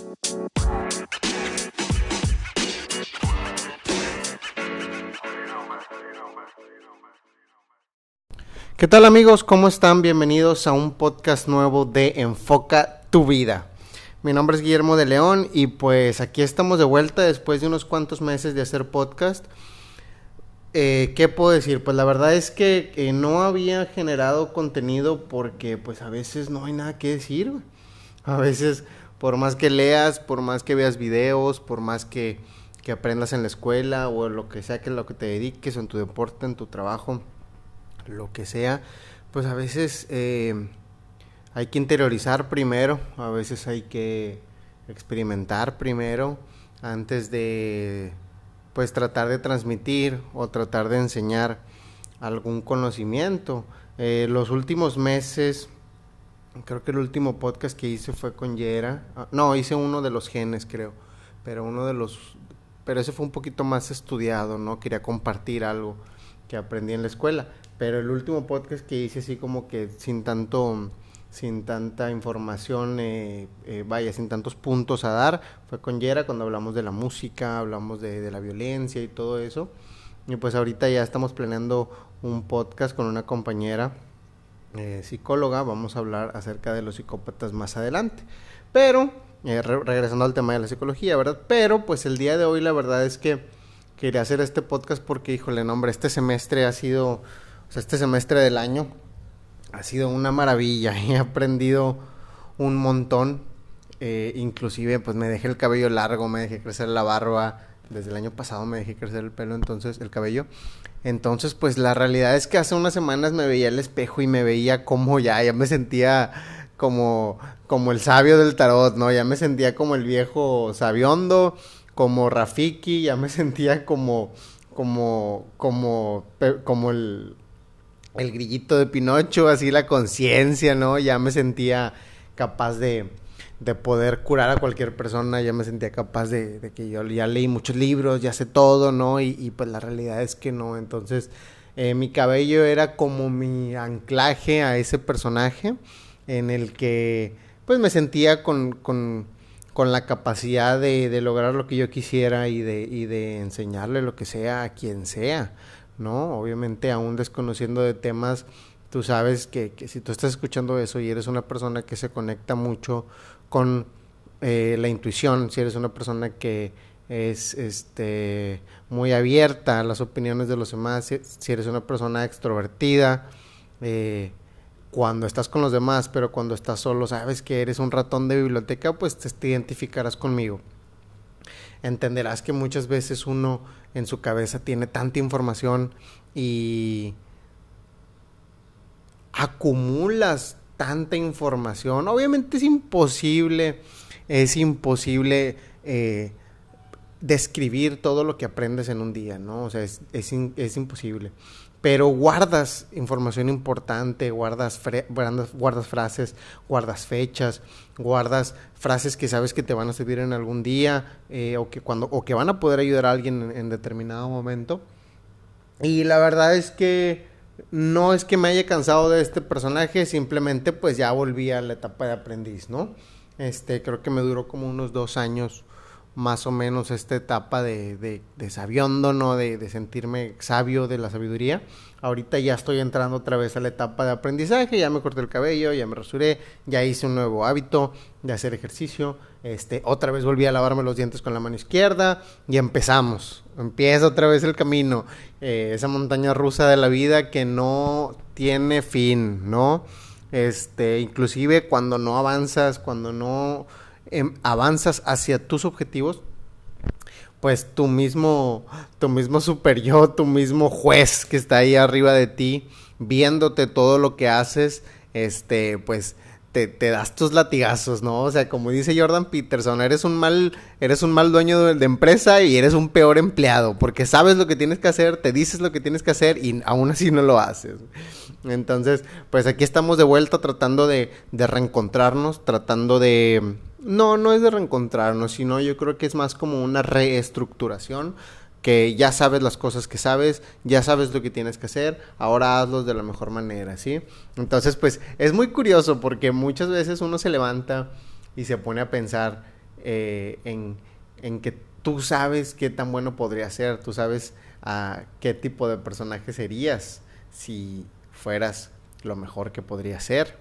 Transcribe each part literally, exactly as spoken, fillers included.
¿Qué tal amigos? ¿Cómo están? Bienvenidos a un podcast nuevo de Enfoca tu Vida. Mi nombre es Guillermo de León y pues aquí estamos de vuelta después de unos cuantos meses de hacer podcast. Eh, ¿Qué puedo decir? Pues la verdad es que eh, no había generado contenido porque pues a veces no hay nada que decir. A veces por más que leas, por más que veas videos, por más que, que aprendas en la escuela o lo que sea que lo que te dediques, o en tu deporte, en tu trabajo, lo que sea, pues a veces eh, hay que interiorizar primero, a veces hay que experimentar primero antes de pues tratar de transmitir o tratar de enseñar algún conocimiento. Eh, los últimos meses, creo que el último podcast que hice fue con Yera, no, hice uno de los genes creo, pero uno de los, pero ese fue un poquito más estudiado, ¿no? Quería compartir algo que aprendí en la escuela, pero el último podcast que hice así como que sin tanto, sin tanta información, eh, eh, vaya, sin tantos puntos a dar, fue con Yera cuando hablamos de la música, hablamos de, de la violencia y todo eso, y pues ahorita ya estamos planeando un podcast con una compañera eh, psicóloga, vamos a hablar acerca de los psicópatas más adelante, pero eh, re- regresando al tema de la psicología, ¿verdad? Pero pues el día de hoy la verdad es que quería hacer este podcast porque, híjole, no, hombre, este semestre ha sido, o sea, este semestre del año ha sido una maravilla. He aprendido un montón. Eh, inclusive, pues me dejé el cabello largo, me dejé crecer la barba. Desde el año pasado me dejé crecer el pelo, entonces, el cabello. Entonces, pues la realidad es que hace unas semanas me veía al espejo y me veía como ya, ya me sentía como, como el sabio del tarot, ¿no? Ya me sentía como el viejo sabiondo, como Rafiki, ya me sentía como como como como el el grillito de Pinocho, así la conciencia, ¿no? Ya me sentía capaz de de poder curar a cualquier persona, ya me sentía capaz de, de que yo ya leí muchos libros, ya sé todo, ¿no? Y, y pues la realidad es que no, entonces eh, mi cabello era como mi anclaje a ese personaje en el que pues me sentía con con con la capacidad de, de lograr lo que yo quisiera y de, y de enseñarle lo que sea a quien sea, ¿no? Obviamente aún desconociendo de temas, tú sabes que, que si tú estás escuchando eso y eres una persona que se conecta mucho con eh, la intuición, si eres una persona que es este muy abierta a las opiniones de los demás, si, si eres una persona extrovertida, eh, cuando estás con los demás, pero cuando estás solo sabes que eres un ratón de biblioteca, pues te, te identificarás conmigo. Entenderás que muchas veces uno en su cabeza tiene tanta información y acumulas tanta información. Obviamente es imposible, es imposible eh, describir todo lo que aprendes en un día, ¿no? O sea, es, es, in, es imposible. Pero guardas información importante, guardas, fre- guardas, guardas frases, guardas fechas, guardas frases que sabes que te van a servir en algún día eh, o, que cuando, o que van a poder ayudar a alguien en, en determinado momento. Y la verdad es que no es que me haya cansado de este personaje, simplemente pues ya volví a la etapa de aprendiz, ¿no? Este, creo que me duró como unos dos años más o menos esta etapa de, de, de sabiondo, ¿no? De, de sentirme sabio de la sabiduría. Ahorita ya estoy entrando otra vez a la etapa de aprendizaje, ya me corté el cabello, ya me rasuré, ya hice un nuevo hábito de hacer ejercicio, este, otra vez volví a lavarme los dientes con la mano izquierda y empezamos, empieza otra vez el camino, eh, esa montaña rusa de la vida que no tiene fin, ¿no? Este, inclusive cuando no avanzas, cuando no eh, avanzas hacia tus objetivos, pues tu mismo, tu mismo super yo, tu mismo juez que está ahí arriba de ti, viéndote todo lo que haces, este, pues te, te das tus latigazos, ¿no? O sea, como dice Jordan Peterson, eres un mal, eres un mal dueño de, de empresa y eres un peor empleado, porque sabes lo que tienes que hacer, te dices lo que tienes que hacer y aún así no lo haces. Entonces, pues aquí estamos de vuelta tratando de, de reencontrarnos, tratando de... No, no es de reencontrarnos, sino yo creo que es más como una reestructuración, que ya sabes las cosas que sabes, ya sabes lo que tienes que hacer, ahora hazlos de la mejor manera, ¿sí? Entonces, pues, es muy curioso porque muchas veces uno se levanta y se pone a pensar eh, en, en que tú sabes qué tan bueno podría ser, tú sabes a qué tipo de personaje serías si fueras lo mejor que podría ser.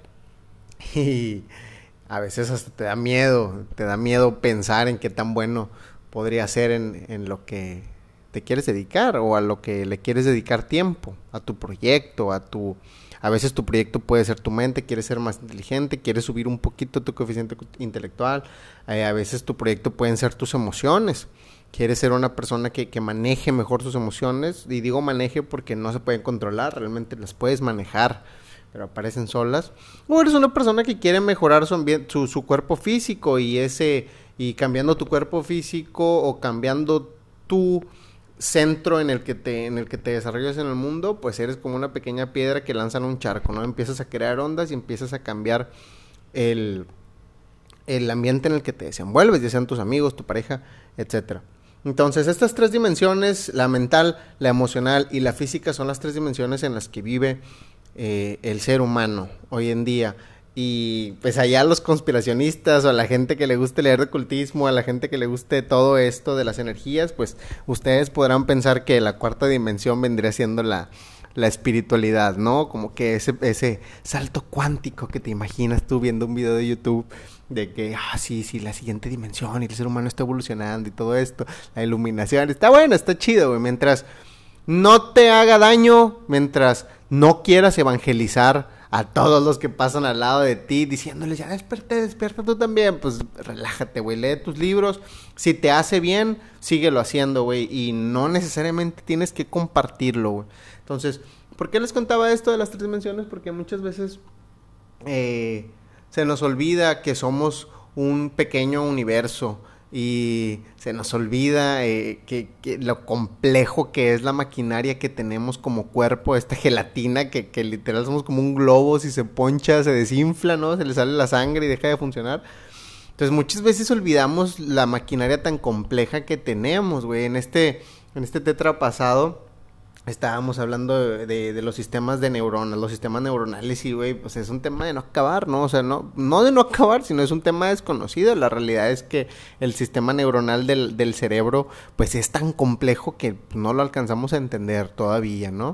Y a veces hasta te da miedo, te da miedo pensar en qué tan bueno podría ser en, en lo que te quieres dedicar o a lo que le quieres dedicar tiempo, a tu proyecto, a tu... A veces tu proyecto puede ser tu mente, quieres ser más inteligente, quieres subir un poquito tu coeficiente intelectual. Eh, a veces tu proyecto pueden ser tus emociones. Quieres ser una persona que, que maneje mejor sus emociones. Y digo maneje porque no se pueden controlar, realmente las puedes manejar, pero aparecen solas. O eres una persona que quiere mejorar su, su, su cuerpo físico y ese y cambiando tu cuerpo físico o cambiando tu centro en el que te en el que te desarrollas en el mundo, pues eres como una pequeña piedra que lanzan un charco, ¿no? Empiezas a crear ondas y empiezas a cambiar el el ambiente en el que te desenvuelves, ya sean tus amigos, tu pareja, etcétera. Entonces, estas tres dimensiones, la mental, la emocional y la física, son las tres dimensiones en las que vive eh, el ser humano hoy en día. Y pues allá los conspiracionistas o a la gente que le guste leer de ocultismo, a la gente que le guste todo esto de las energías, pues ustedes podrán pensar que la cuarta dimensión vendría siendo la, la espiritualidad, ¿no? Como que ese, ese salto cuántico que te imaginas tú viendo un video de YouTube de que, ah, sí, sí, la siguiente dimensión y el ser humano está evolucionando y todo esto, la iluminación, está bueno, está chido, güey, mientras no te haga daño, mientras no quieras evangelizar a todos los que pasan al lado de ti diciéndoles, ya desperté, despierta tú también, pues relájate, güey, lee tus libros, si te hace bien, síguelo haciendo, güey, y no necesariamente tienes que compartirlo, güey. Entonces, ¿por qué les contaba esto de las tres dimensiones? Porque muchas veces eh, se nos olvida que somos un pequeño universo y se nos olvida eh, que, que lo complejo que es la maquinaria que tenemos como cuerpo, esta gelatina que, que literal somos como un globo, si se poncha se desinfla, ¿no? Se le sale la sangre y deja de funcionar. Entonces muchas veces olvidamos la maquinaria tan compleja que tenemos, güey. En este, en este tetra pasado estábamos hablando de, de, de los sistemas de neuronas, los sistemas neuronales, y güey, pues es un tema de no acabar, ¿no? O sea, no, no de no acabar, sino es un tema desconocido. La realidad es que el sistema neuronal del, del cerebro, pues es tan complejo que no lo alcanzamos a entender todavía, ¿no?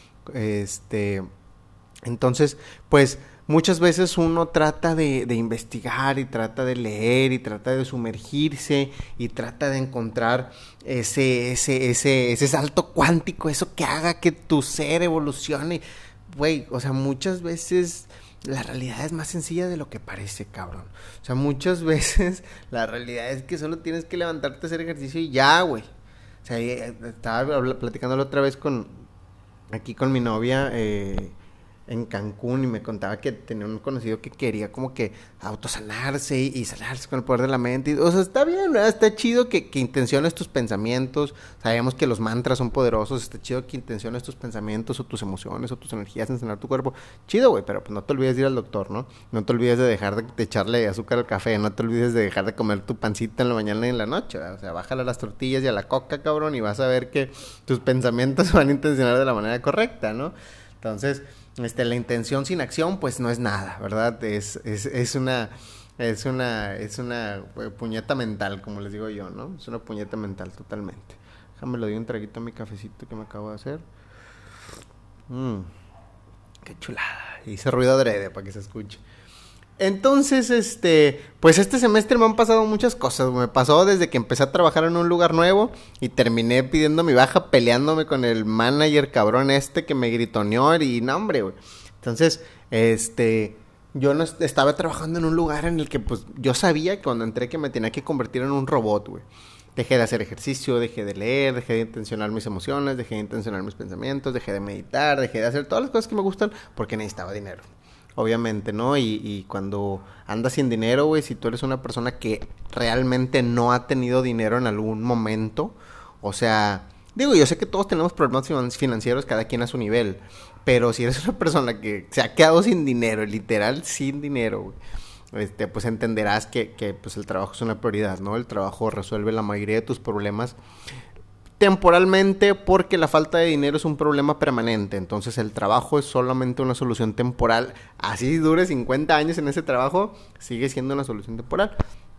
Este, entonces, pues muchas veces uno trata de, de investigar y trata de leer y trata de sumergirse y trata de encontrar ese, ese, ese, ese salto cuántico, eso que haga que tu ser evolucione. Güey, o sea, muchas veces la realidad es más sencilla de lo que parece, cabrón. O sea, muchas veces la realidad es que solo tienes que levantarte a hacer ejercicio y ya, güey. O sea, estaba platicando la otra vez con, aquí con mi novia, eh, en Cancún, y me contaba que tenía un conocido que quería como que autosanarse y, y sanarse con el poder de la mente. Y, o sea, está bien, ¿verdad? Está chido que, que intenciones tus pensamientos. Sabemos que los mantras son poderosos. Está chido que intenciones tus pensamientos o tus emociones o tus energías en sanar tu cuerpo. Chido, güey, pero pues no te olvides de ir al doctor, ¿no? No te olvides de dejar de, de echarle azúcar al café. No te olvides de dejar de comer tu pancita en la mañana y en la noche, ¿verdad? O sea, bájale a las tortillas y a la coca, cabrón, y vas a ver que tus pensamientos se van a intencionar de la manera correcta, ¿no? Entonces, este, la intención sin acción, pues no es nada, ¿verdad? Es, es, es una, es una, es una puñeta mental, como les digo yo, ¿no? Es una puñeta mental totalmente. Déjame le doy un traguito a mi cafecito que me acabo de hacer. Mmm, qué chulada. Hice ruido adrede para que se escuche. Entonces, este, pues este semestre me han pasado muchas cosas. Me pasó desde que empecé a trabajar en un lugar nuevo y terminé pidiendo mi baja, peleándome con el manager cabrón este que me gritoneó y no, hombre, güey. Entonces, este, yo no estaba trabajando en un lugar en el que, pues, yo sabía que cuando entré que me tenía que convertir en un robot, güey. Dejé de hacer ejercicio, dejé de leer, dejé de intencionar mis emociones, dejé de intencionar mis pensamientos, dejé de meditar, dejé de hacer todas las cosas que me gustan porque necesitaba dinero. Obviamente, ¿no? Y, y cuando andas sin dinero, güey, si tú eres una persona que realmente no ha tenido dinero en algún momento, o sea, digo, yo sé que todos tenemos problemas financieros, cada quien a su nivel, pero si eres una persona que se ha quedado sin dinero, literal sin dinero, güey, este, pues entenderás que, que pues el trabajo es una prioridad, ¿no? El trabajo resuelve la mayoría de tus problemas temporalmente, porque la falta de dinero es un problema permanente. Entonces el trabajo es solamente una solución temporal. Así dure cincuenta años en ese trabajo, sigue siendo una solución temporal.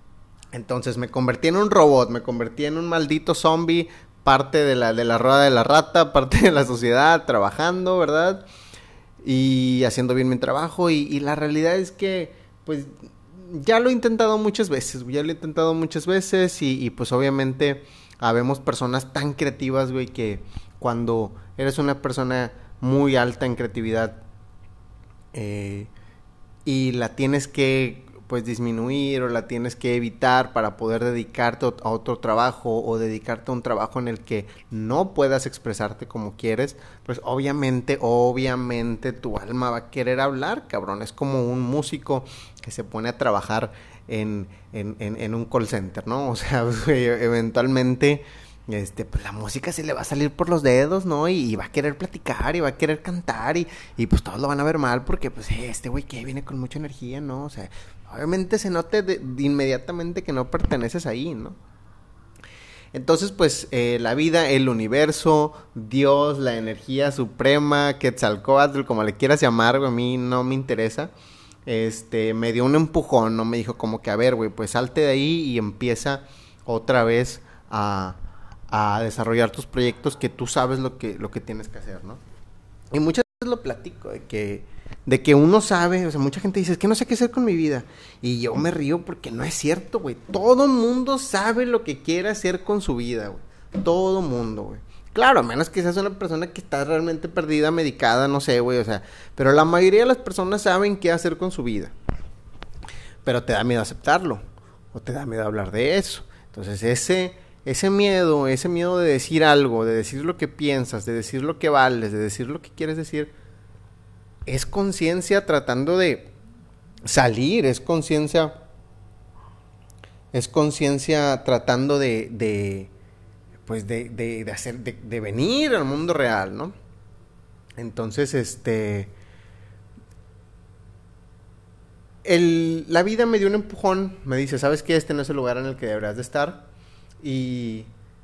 Entonces me convertí en un robot, me convertí en un maldito zombie, parte de la, de la rueda de la rata, parte de la sociedad, trabajando, ¿verdad? Y haciendo bien mi trabajo. Y, y la realidad es que, pues, ya lo he intentado muchas veces, ya lo he intentado muchas veces y, y pues obviamente habemos personas tan creativas, güey, que cuando eres una persona muy alta en creatividad eh, y la tienes que pues disminuir o la tienes que evitar para poder dedicarte a otro trabajo o dedicarte a un trabajo en el que no puedas expresarte como quieres, pues obviamente, obviamente tu alma va a querer hablar, cabrón. Es como un músico que se pone a trabajar en, en, en, en un call center, ¿no? O sea, eventualmente este, pues la música se le va a salir por los dedos, ¿no? Y, y va a querer platicar y va a querer cantar y, y pues todos lo van a ver mal porque pues eh, este güey que viene con mucha energía, ¿no? O sea, obviamente se note de, de inmediatamente que no perteneces ahí, ¿no? Entonces, pues, eh, la vida, el universo, Dios, la energía suprema, Quetzalcóatl, como le quieras llamar, güey, a mí no me interesa. Este, me dio un empujón, ¿no? Me dijo como que, a ver, güey, pues salte de ahí y empieza otra vez a, a desarrollar tus proyectos que tú sabes lo que, lo que tienes que hacer, ¿no? Y muchas veces lo platico, de que, de que uno sabe, o sea, mucha gente dice, es que no sé qué hacer con mi vida. Y yo me río porque no es cierto, güey. Todo mundo sabe lo que quiere hacer con su vida, güey. Todo mundo, güey. Claro, a menos que seas una persona que está realmente perdida, medicada, no sé, güey, o sea. Pero la mayoría de las personas saben qué hacer con su vida. Pero te da miedo aceptarlo. O te da miedo hablar de eso. Entonces ese, ese miedo, ese miedo de decir algo, de decir lo que piensas, de decir lo que vales, de decir lo que quieres decir, es conciencia tratando de salir, es conciencia, es conciencia tratando de, de pues de, de, de hacer, de, de venir al mundo real, ¿no? Entonces, este, el, la vida me dio un empujón, me dice, ¿sabes qué? Este no es el lugar en el que deberías de estar. Y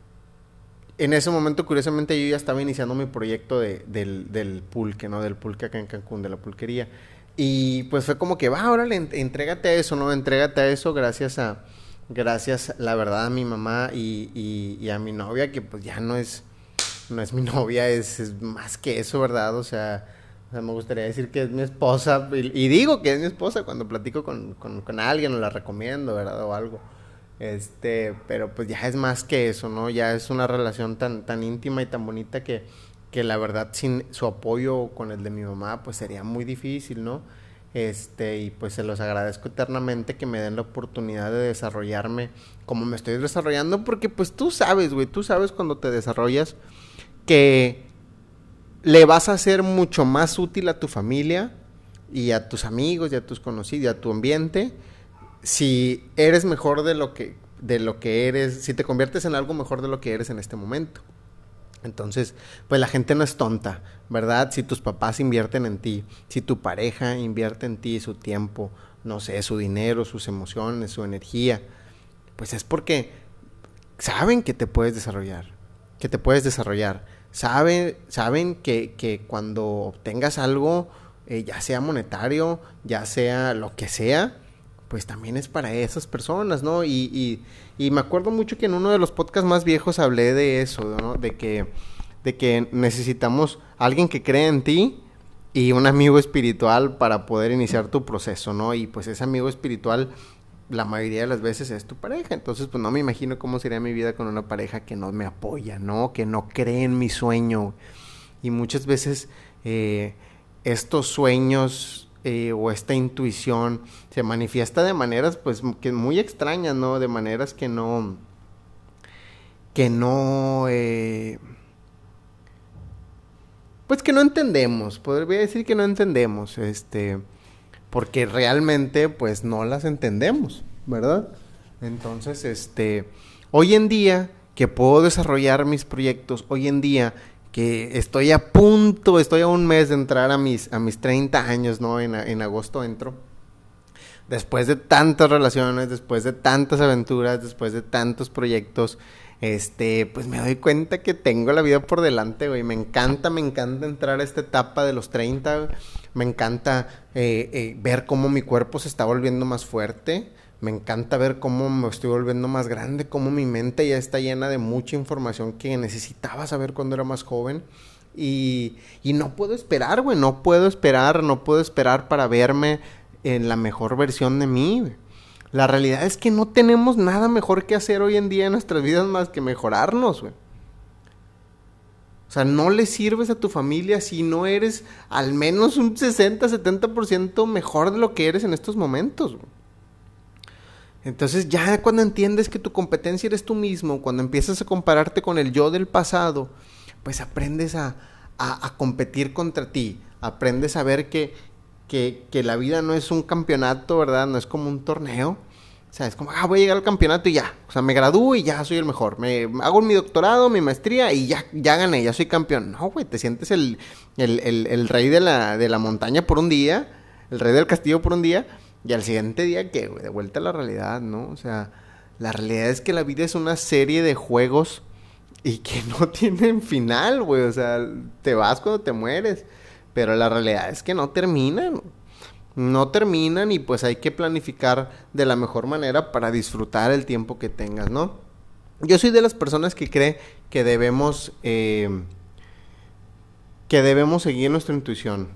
en ese momento, curiosamente, yo ya estaba iniciando mi proyecto de, del, del pulque, ¿no? Del pulque acá en Cancún, de la pulquería. Y pues fue como que, va, órale, entrégate a eso, ¿no? Entrégate a eso gracias a, gracias, la verdad, a mi mamá y, y, y a mi novia, que pues ya no es, no es mi novia, es, es más que eso, ¿verdad? O sea, o sea, me gustaría decir que es mi esposa, y, y digo que es mi esposa cuando platico con, con, con alguien o la recomiendo, ¿verdad? O algo. Este, pero pues ya es más que eso, ¿no? Ya es una relación tan, tan íntima y tan bonita que, que la verdad sin su apoyo con el de mi mamá pues sería muy difícil, ¿no? Este, y pues se los agradezco eternamente que me den la oportunidad de desarrollarme como me estoy desarrollando, porque pues tú sabes, güey, tú sabes cuando te desarrollas que le vas a ser mucho más útil a tu familia y a tus amigos y a tus conocidos y a tu ambiente si eres mejor de lo que de lo que eres, si te conviertes en algo mejor de lo que eres en este momento. Entonces, pues la gente no es tonta, ¿verdad? Si tus papás invierten en ti, si tu pareja invierte en ti su tiempo, no sé, su dinero, sus emociones, su energía, pues es porque saben que te puedes desarrollar, que te puedes desarrollar. Saben, saben que, que cuando obtengas algo, eh, ya sea monetario, ya sea lo que sea, pues también es para esas personas, ¿no? Y, y, y me acuerdo mucho que en uno de los podcasts más viejos hablé de eso, ¿no? De que, de que necesitamos alguien que cree en ti y un amigo espiritual para poder iniciar tu proceso, ¿no? Y pues ese amigo espiritual la mayoría de las veces es tu pareja. Entonces pues no me imagino cómo sería mi vida con una pareja que no me apoya, ¿no? Que no cree en mi sueño. Y muchas veces eh, estos sueños eh, o esta intuición se manifiesta de maneras pues que muy extrañas, ¿no? De maneras que no que no eh, pues que no entendemos, podría decir que no entendemos, este, porque realmente pues no las entendemos, ¿verdad? Entonces, este, hoy en día que puedo desarrollar mis proyectos, hoy en día que estoy a punto, estoy a un mes de entrar a mis, a mis treinta años, ¿no? En, en agosto entro. Después de tantas relaciones, después de tantas aventuras, después de tantos proyectos, este, pues me doy cuenta que tengo la vida por delante, güey. Me encanta, me encanta entrar a esta etapa de los treinta, güey. Me encanta eh, eh, ver cómo mi cuerpo se está volviendo más fuerte. Me encanta ver cómo me estoy volviendo más grande, cómo mi mente ya está llena de mucha información que necesitaba saber cuando era más joven. Y, y no puedo esperar, güey, no puedo esperar, no puedo esperar para verme en la mejor versión de mí, güey. La realidad es que no tenemos nada mejor que hacer hoy en día en nuestras vidas más que mejorarnos, güey. O sea, no le sirves a tu familia si no eres al menos un sesenta, setenta por ciento mejor de lo que eres en estos momentos, güey. Entonces ya cuando entiendes que tu competencia eres tú mismo, cuando empiezas a compararte con el yo del pasado, pues aprendes a, a, a competir contra ti, aprendes a ver que, que, que la vida no es un campeonato, ¿verdad? No es como un torneo. O sea, es como, ah, voy a llegar al campeonato y ya. O sea, me gradúo y ya soy el mejor. Me hago mi doctorado, mi maestría y ya, ya gané, ya soy campeón. No, güey, te sientes el, el, el, el rey de la, de la montaña por un día, el rey del castillo por un día. Y al siguiente día, ¿qué, güey? De vuelta a la realidad, ¿no? O sea, la realidad es que la vida es una serie de juegos y que no tienen final, güey. O sea, te vas cuando te mueres. Pero la realidad es que no terminan. No terminan y pues hay que planificar de la mejor manera para disfrutar el tiempo que tengas, ¿no? Yo soy de las personas que cree que debemos... Eh, que debemos seguir nuestra intuición.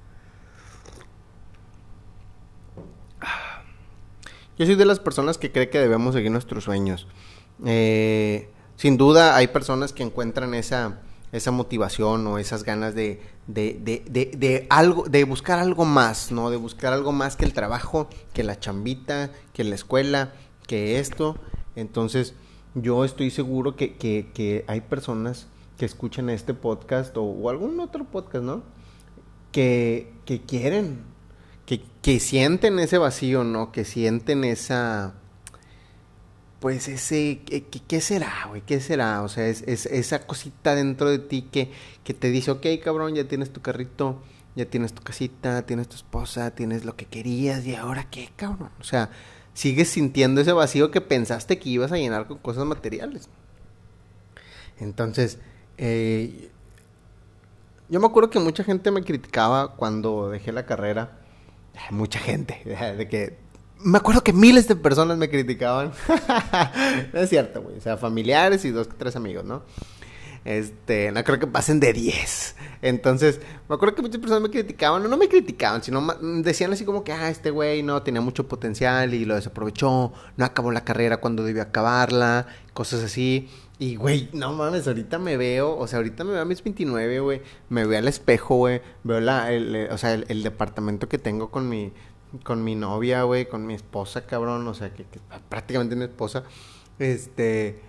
Yo soy de las personas que cree que debemos seguir nuestros sueños. Eh, sin duda hay personas que encuentran esa, esa motivación o esas ganas de, de, de, de, de, algo, de buscar algo más, ¿no? De buscar algo más que el trabajo, que la chambita, que la escuela, que esto. Entonces yo estoy seguro que, que, que hay personas que escuchan este podcast o, o algún otro podcast, ¿no? Que, que quieren... Que, que sienten ese vacío, ¿no? Que sienten esa... Pues ese... ¿Qué, qué será, güey? ¿Qué será? O sea, es, es esa cosita dentro de ti que, que te dice, ok, cabrón, ya tienes tu carrito, ya tienes tu casita, tienes tu esposa, tienes lo que querías, ¿y ahora qué, cabrón? O sea, sigues sintiendo ese vacío que pensaste que ibas a llenar con cosas materiales. Entonces, eh, yo me acuerdo que mucha gente me criticaba cuando dejé la carrera. Mucha gente, de que me acuerdo que miles de personas me criticaban. No es cierto, güey. O sea, familiares y dos, tres amigos, ¿no? Este, no creo que pasen de diez. Entonces, me acuerdo que muchas personas me criticaban, no, no me criticaban, sino decían así como que, ah, este güey no tenía mucho potencial y lo desaprovechó, no acabó la carrera cuando debió acabarla, cosas así. Y, güey, no mames, ahorita me veo, o sea, ahorita me veo a mis veintinueve, güey, me veo al espejo, güey, veo la, el, o sea, el, el departamento que tengo con mi, con mi novia, güey, con mi esposa, cabrón, o sea, que, que prácticamente mi esposa, este...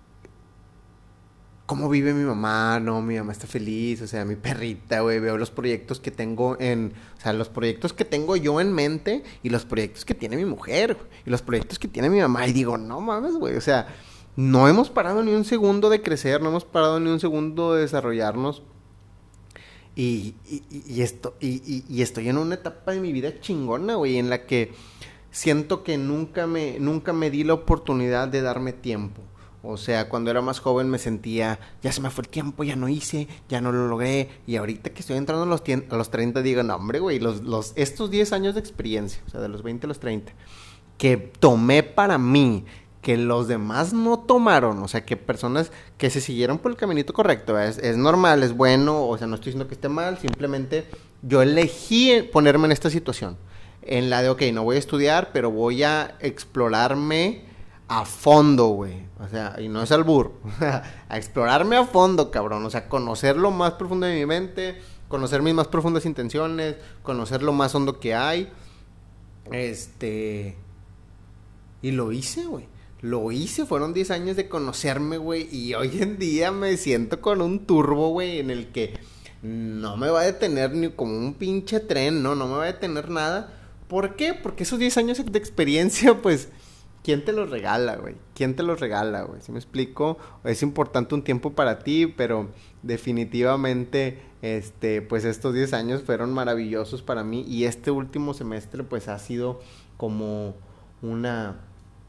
cómo vive mi mamá, no, mi mamá está feliz, o sea, mi perrita, güey, veo los proyectos que tengo en, o sea, los proyectos que tengo yo en mente y los proyectos que tiene mi mujer, güey, y los proyectos que tiene mi mamá, y digo, no mames, güey, o sea, no hemos parado ni un segundo de crecer, no hemos parado ni un segundo de desarrollarnos, y, y, y esto, y, y, y estoy en una etapa de mi vida chingona, güey, en la que siento que nunca me, nunca me di la oportunidad de darme tiempo. O sea, cuando era más joven me sentía, ya se me fue el tiempo, ya no hice, ya no lo logré. Y ahorita que estoy entrando a los, tien- a los treinta, digo, no, hombre, güey, los, los, estos diez años de experiencia, o sea, de los veinte a los treinta, que tomé para mí, que los demás no tomaron, o sea, que personas que se siguieron por el caminito correcto, es, es normal, es bueno, o sea, no estoy diciendo que esté mal, simplemente yo elegí ponerme en esta situación, en la de, ok, no voy a estudiar, pero voy a explorarme a fondo, güey. O sea, y no es albur. A explorarme a fondo, cabrón. O sea, conocer lo más profundo de mi mente, conocer mis más profundas intenciones, conocer lo más hondo que hay. Este... Y lo hice, güey. Lo hice, fueron diez años de conocerme, güey. Y hoy en día me siento con un turbo, güey, en el que no me va a detener ni como un pinche tren, no, no me va a detener nada. ¿Por qué? Porque esos diez años de experiencia, pues... ¿quién te los regala, güey? ¿Quién te los regala, güey? ¿Sí me explico? Es importante un tiempo para ti, pero definitivamente, este, pues estos diez años fueron maravillosos para mí y este último semestre, pues ha sido como una,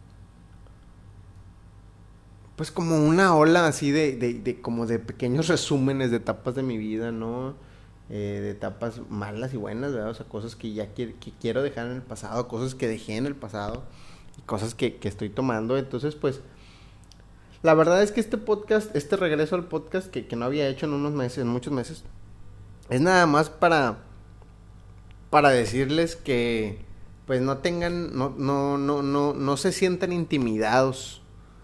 pues como una ola así de, de, de como de pequeños resúmenes de etapas de mi vida, ¿no? Eh, de etapas malas y buenas, ¿verdad? O sea, cosas que ya qui- que quiero dejar en el pasado, cosas que dejé en el pasado cosas que, que estoy tomando. Entonces, pues, la verdad es que este podcast, este regreso al podcast que, que no había hecho en unos meses, en muchos meses, es nada más para, para decirles que, pues, no tengan, no, no, no, no, no se sientan intimidados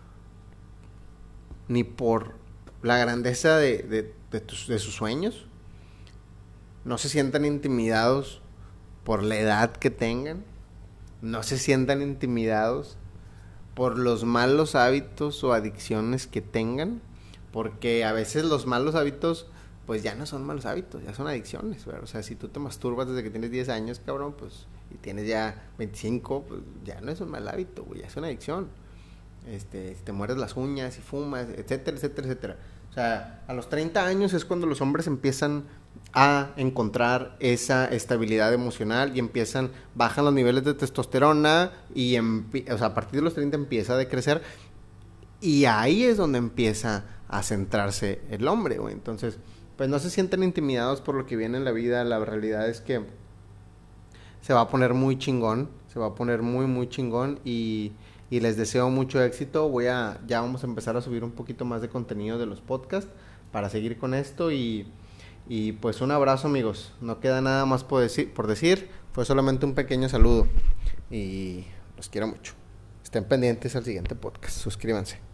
ni por la grandeza de, de, de, tus, de sus sueños. No se sientan intimidados por la edad que tengan. No se sientan intimidados por los malos hábitos o adicciones que tengan. Porque a veces los malos hábitos, pues ya no son malos hábitos, ya son adicciones, ¿verdad? O sea, si tú te masturbas desde que tienes diez años, cabrón, pues, y tienes ya veinticinco, pues ya no es un mal hábito, güey, ya es una adicción. Este, te mueres las uñas y fumas, etcétera, etcétera, etcétera. O sea, a los treinta años es cuando los hombres empiezan a encontrar esa estabilidad emocional y empiezan, bajan los niveles de testosterona y, empie- o sea, a partir de los treinta empieza a decrecer y ahí es donde empieza a centrarse el hombre, güey. Entonces, pues no se sienten intimidados por lo que viene en la vida. La realidad es que se va a poner muy chingón, se va a poner muy, muy chingón y, y les deseo mucho éxito. Voy a, ya vamos a empezar a subir un poquito más de contenido de los podcasts para seguir con esto y, y pues un abrazo, amigos. No queda nada más por decir, por decir, fue solamente un pequeño saludo y los quiero mucho. Estén pendientes al siguiente podcast, suscríbanse.